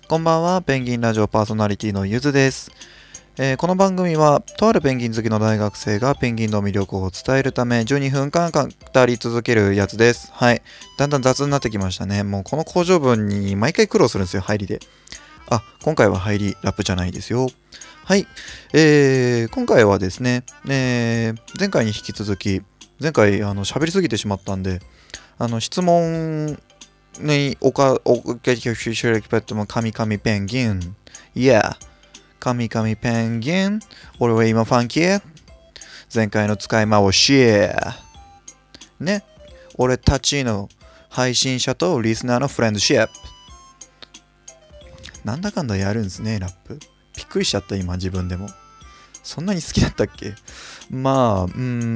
こんばんは、ペンギンラジオパーソナリティのゆずです。この番組はとあるペンギン好きの大学生がペンギンの魅力を伝えるため12分間語り続けるやつです。はい。だんだん雑になってきましたね。もうこの口上文に毎回苦労するんですよ、入りで。今回は入りラップじゃないですよ。はい。今回はですね、前回に引き続き、前回喋りすぎてしまったんで、質問にカミカミペンギン。Yeah。カミカミペンギン。俺は今ファンキー。前回の使い回し。ね。俺たちの配信者とリスナーのフレンドシップ。なんだかんだやるんですね、ラップ。びっくりしちゃった、今、自分でも。そんなに好きだったっけ？ま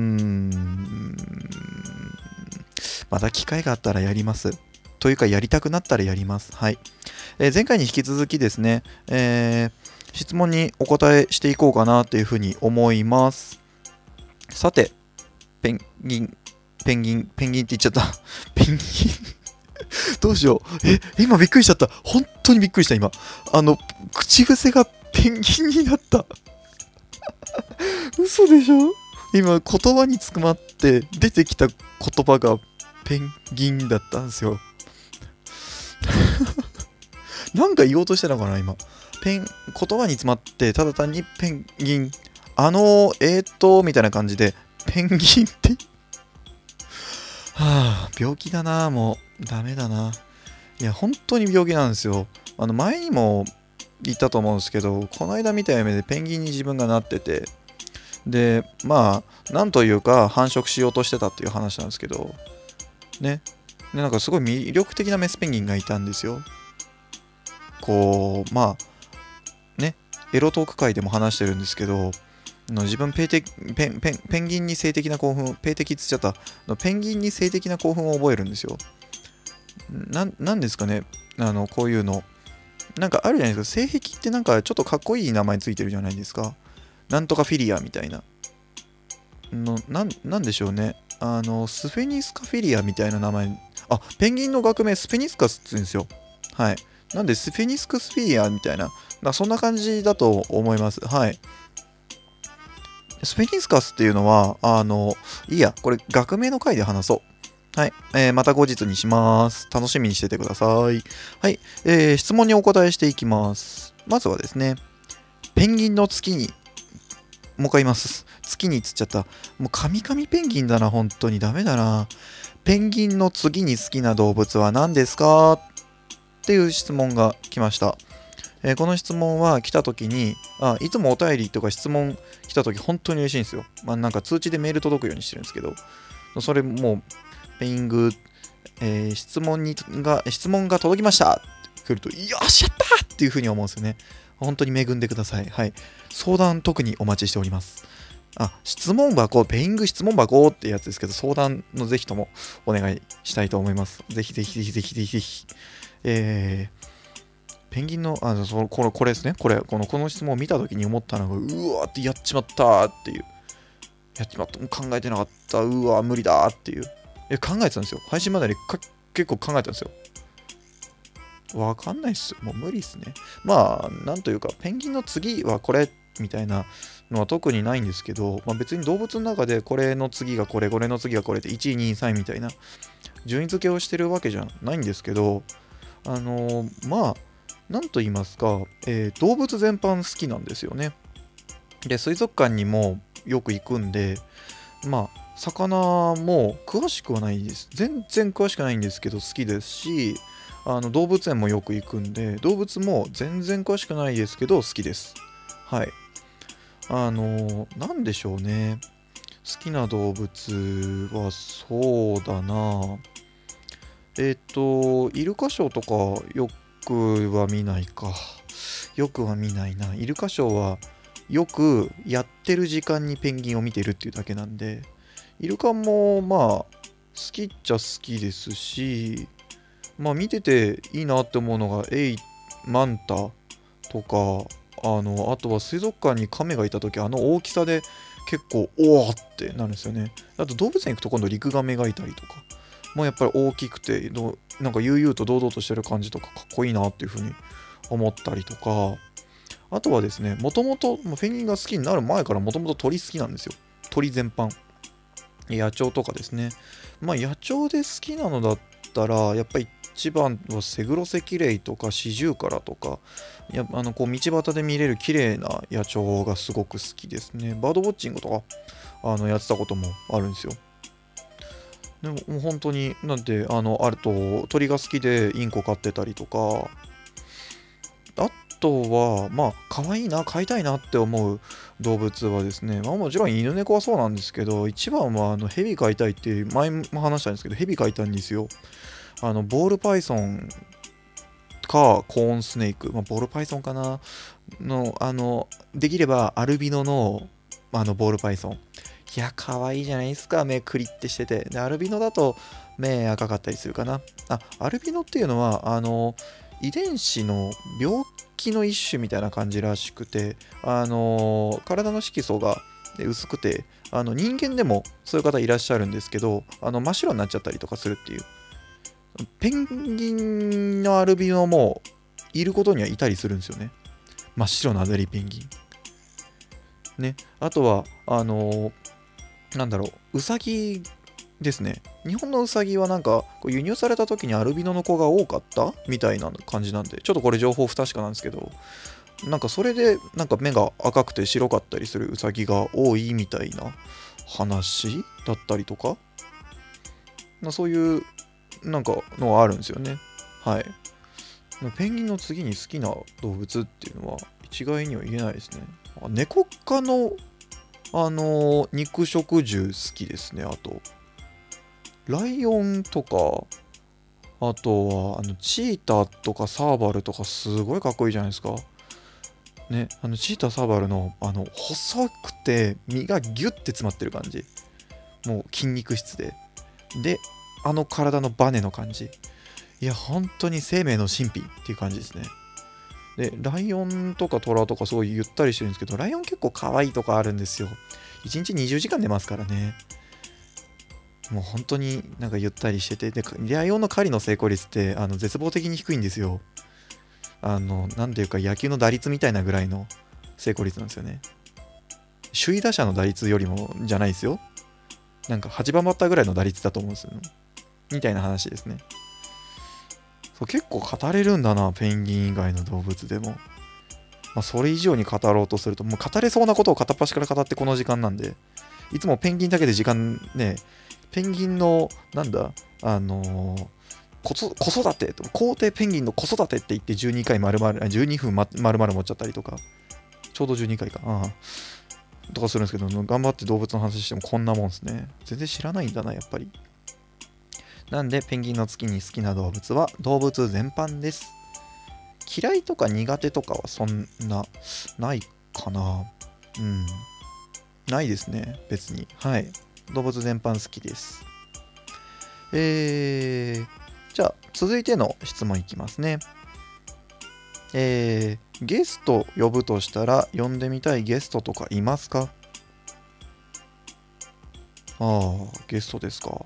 た機会があったらやります。というか、やりたくなったらやります。はい。前回に引き続きですね、質問にお答えしていこうかなというふうに思います。さて、ペンギンって言っちゃった。ペンギンどうしよう。今びっくりしちゃった。本当にびっくりした、今。口癖がペンギンになった。嘘でしょ？今、言葉につくまって出てきた言葉がペンギンだったんですよ。なんか言おうとしてたのかな、今。言葉に詰まってただ単にペンギンみたいな感じでペンギンって病気だな。もうダメだな。いや本当に病気なんですよ。前にも言ったと思うんですけど、この間見た夢でペンギンに自分がなってて、でなんというか繁殖しようとしてたっていう話なんですけどね。でなんかすごい魅力的なメスペンギンがいたんですよ。こうエロトーク会でも話してるんですけど、自分ペンギンに性的な興奮、ペンギンに性的な興奮を覚えるんですよ。なんですかね、こういうの。なんかあるじゃないですか。性癖ってなんかちょっとかっこいい名前ついてるじゃないですか。なんとかフィリアみたいな。なんでしょうね。スフェニスカフィリアみたいな名前。ペンギンの学名スフェニスカスって言うんですよ。はい。なんでスフェニスクスフィリアみたいな。そんな感じだと思います。はい。スフェニスカスっていうのは、いいや、これ学名の回で話そう。はい。また後日にします。楽しみにしててください。はい。質問にお答えしていきます。まずはですね、ペンギンの月に、もう一回言います。月につっちゃった。もうカミカミペンギンだな、本当にダメだな。ペンギンの次に好きな動物は何ですかっていう質問が来ました。この質問は来た時に、いつもお便りとか質問来た時本当に嬉しいんですよ。なんか通知でメール届くようにしてるんですけど、それもうペイング、質問が届きましたって来ると、よっしゃったっていう風に思うんですよね。本当に恵んでください。はい。相談特にお待ちしております。質問箱、ペイング質問箱ってやつですけど、相談のぜひともお願いしたいと思います。ぜひぜひぜひぜひぜひぜひ。ペンギンの、これですね。この質問を見たときに思ったのが、うわーってやっちまったっていう。やっちまった。考えてなかった。うわー無理だっていう。考えてたんですよ。配信までに結構考えてたんですよ。わかんないっす。もう無理っすね。なんというか、ペンギンの次はこれみたいなのは特にないんですけど、別に動物の中でこれの次がこれ、これの次がこれって1位、2位、3位みたいな順位付けをしてるわけじゃないんですけど、なんと言いますか、動物全般好きなんですよね。で、水族館にもよく行くんで、魚も詳しくはないです。全然詳しくないんですけど好きですし、動物園もよく行くんで、動物も全然詳しくないですけど好きです。はい。なんでしょうね。好きな動物はそうだな。イルカショーとかよくは見ないか。よくは見ないな。イルカショーはよくやってる時間にペンギンを見てるっていうだけなんで、イルカも好きっちゃ好きですし、見てていいなって思うのがマンタとか、あとは水族館にカメがいた時、大きさで結構おおってなるんですよね。あと動物園行くと今度リクガメがいたりとか、やっぱり大きくてなんか悠々と堂々としてる感じとかかっこいいなっていう風に思ったりとか、あとはですね、もともとペンギンが好きになる前からもともと鳥好きなんですよ。鳥全般。野鳥とかですね。野鳥で好きなのだったら、やっぱり一番はセグロセキレイとかシジュウカラとか、こう道端で見れる綺麗な野鳥がすごく好きですね。バードウォッチングとかやってたこともあるんですよ。でももう本当に、なんて、あると、鳥が好きでインコ飼ってたりとか、あとは、可愛いな、飼いたいなって思う動物はですね、もちろん犬猫はそうなんですけど、一番はヘビ飼いたいって前も話したんですけど、ヘビ飼いたいんですよ。ボールパイソンかコーンスネーク、ボールパイソンかなの、できればアルビノの、ボールパイソン。いや、可愛いじゃないですか、目クリってしてて。で、アルビノだと目赤かったりするかな。アルビノっていうのは、遺伝子の病気の一種みたいな感じらしくて、体の色素が薄くて、人間でもそういう方いらっしゃるんですけど、真っ白になっちゃったりとかするっていう。ペンギンのアルビノもいることにはいたりするんですよね。真っ白なアデリーペンギン。ね。あとは、ウサギですね。日本のウサギはこう輸入された時にアルビノの子が多かったみたいな感じなんで、ちょっとこれ情報不確かなんですけど、それで目が赤くて白かったりするウサギが多いみたいな話だったりとか、そういうのがあるんですよね。はい。ペンギンの次に好きな動物っていうのは一概には言えないですね。猫科の肉食獣好きですね。あとライオンとか、あとはチーターとかサーバルとかすごいかっこいいじゃないですか。ね、チーターサーバルの細くて身がギュッて詰まってる感じ。もう筋肉質で。で、体のバネの感じ。いや、本当に生命の神秘っていう感じですね。で、ライオンとかトラとかすごいゆったりしてるんですけど、ライオン結構可愛いとかあるんですよ。1日20時間寝ますからね。もう本当にゆったりしてて、で、ライオンの狩りの成功率って絶望的に低いんですよ。なんていうか野球の打率みたいなぐらいの成功率なんですよね。首位打者の打率よりもじゃないですよ。8番バッターぐらいの打率だと思うんですよ、ね。みたいな話ですね。そう、結構語れるんだな、ペンギン以外の動物でも。それ以上に語ろうとすると、もう語れそうなことを片っ端から語ってこの時間なんで、いつもペンギンだけで時間ね、ペンギンの、子育てと、皇帝ペンギンの子育てって言って12回丸々、12分丸々持っちゃったりとか、ちょうど12回か。とかするんですけど、頑張って動物の話してもこんなもんですね。全然知らないんだな、やっぱり。なんで、ペンギンの次に好きな動物は動物全般です。嫌いとか苦手とかはそんな、ないかな。ないですね、別に。はい。動物全般好きです。じゃあ、続いての質問いきますね。ゲスト呼ぶとしたら、呼んでみたいゲストとかいますか？ゲストですか。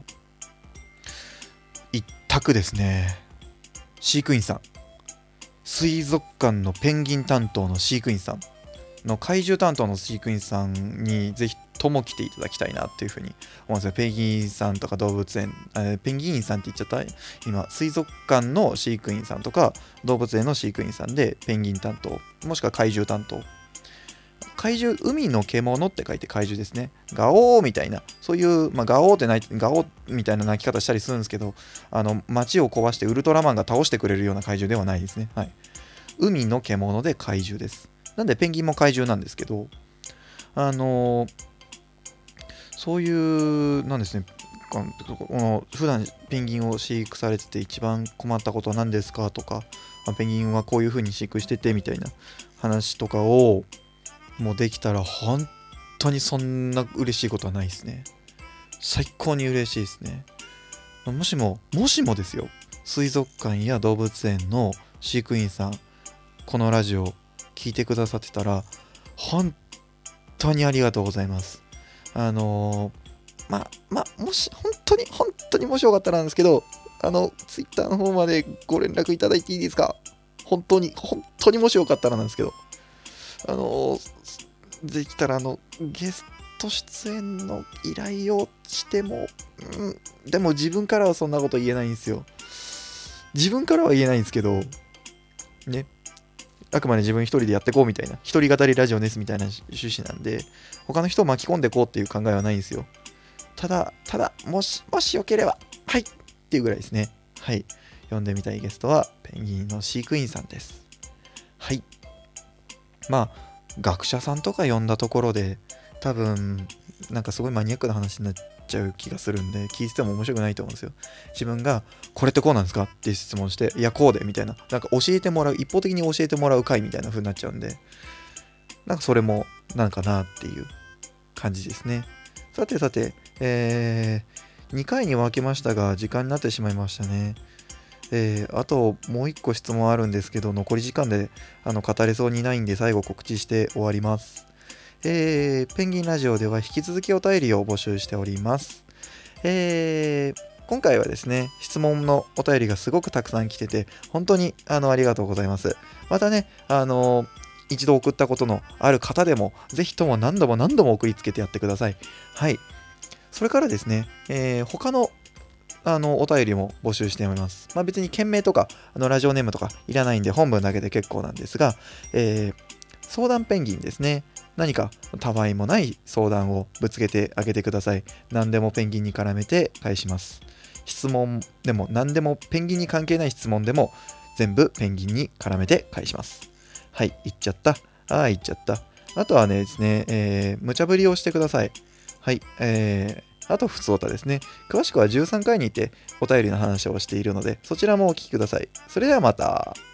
一択ですね。飼育員さん。水族館のペンギン担当の飼育員さんの怪獣担当の飼育員さんにぜひとも来ていただきたいなっていうふうに思うんですよ。ペンギンさんとか動物園、ペンギンさんって言っちゃった今、水族館の飼育員さんとか動物園の飼育員さんでペンギン担当、もしくは怪獣担当。怪獣、海の獣って書いて怪獣ですね。ガオーみたいな、そういう、ガオーってガオーみたいな鳴き方したりするんですけど、街を壊してウルトラマンが倒してくれるような怪獣ではないですね。はい。海の獣で怪獣です。なんでペンギンも怪獣なんですけど、そういうなんですね。普段ペンギンを飼育されてて一番困ったことは何ですかとか、ペンギンはこういう風に飼育しててみたいな話とかをもうできたら本当にそんな嬉しいことはないですね。最高に嬉しいですね。もしもですよ、水族館や動物園の飼育員さん、このラジオ聞いてくださってたら本当にありがとうございます。もし本当にもしよかったらなんですけど、ツイッターの方までご連絡いただいていいですか？ 本当にもしよかったらなんですけど、できたらゲスト出演の依頼をしても、でも自分からはそんなこと言えないんですよ。自分からは言えないんですけど、ね、あくまで自分一人でやってこうみたいな、一人語りラジオですみたいな趣旨なんで、他の人を巻き込んでこうっていう考えはないんですよ。ただ、もしよければ、はいっていうぐらいですね。はい。呼んでみたいゲストは、ペンギンの飼育員さんです。はい。まあ、学者さんとか呼んだところで、多分、なんかすごいマニアックな話になっちゃう気がするんで、聞いてても面白くないと思うんですよ。自分が、これってこうなんですかって質問して、いや、こうで、みたいな。なんか一方的に教えてもらう回みたいな風になっちゃうんで、なんかそれも、なんかなっていう感じですね。さて、2回に分けましたが、時間になってしまいましたね。あともう1個質問あるんですけど、残り時間で語れそうにないんで、最後告知して終わります。ペンギンラジオでは引き続きお便りを募集しております。今回はですね、質問のお便りがすごくたくさん来てて、本当にありがとうございます。またね、一度送ったことのある方でも、ぜひとも何度も送りつけてやってください。はい。それからですね、他のお便りも募集しております。まあ、別に件名とかラジオネームとかいらないんで本文だけで結構なんですが、相談ペンギンですね。何かたわいもない相談をぶつけてあげてください。何でもペンギンに絡めて返します。質問でも何でもペンギンに関係ない質問でも全部ペンギンに絡めて返します。はい、言っちゃった。言っちゃった。あとはねですね、無茶ぶりをしてください。はい、あと、ふつおたですね。詳しくは13回にてお便りの話をしているので、そちらもお聞きください。それではまた。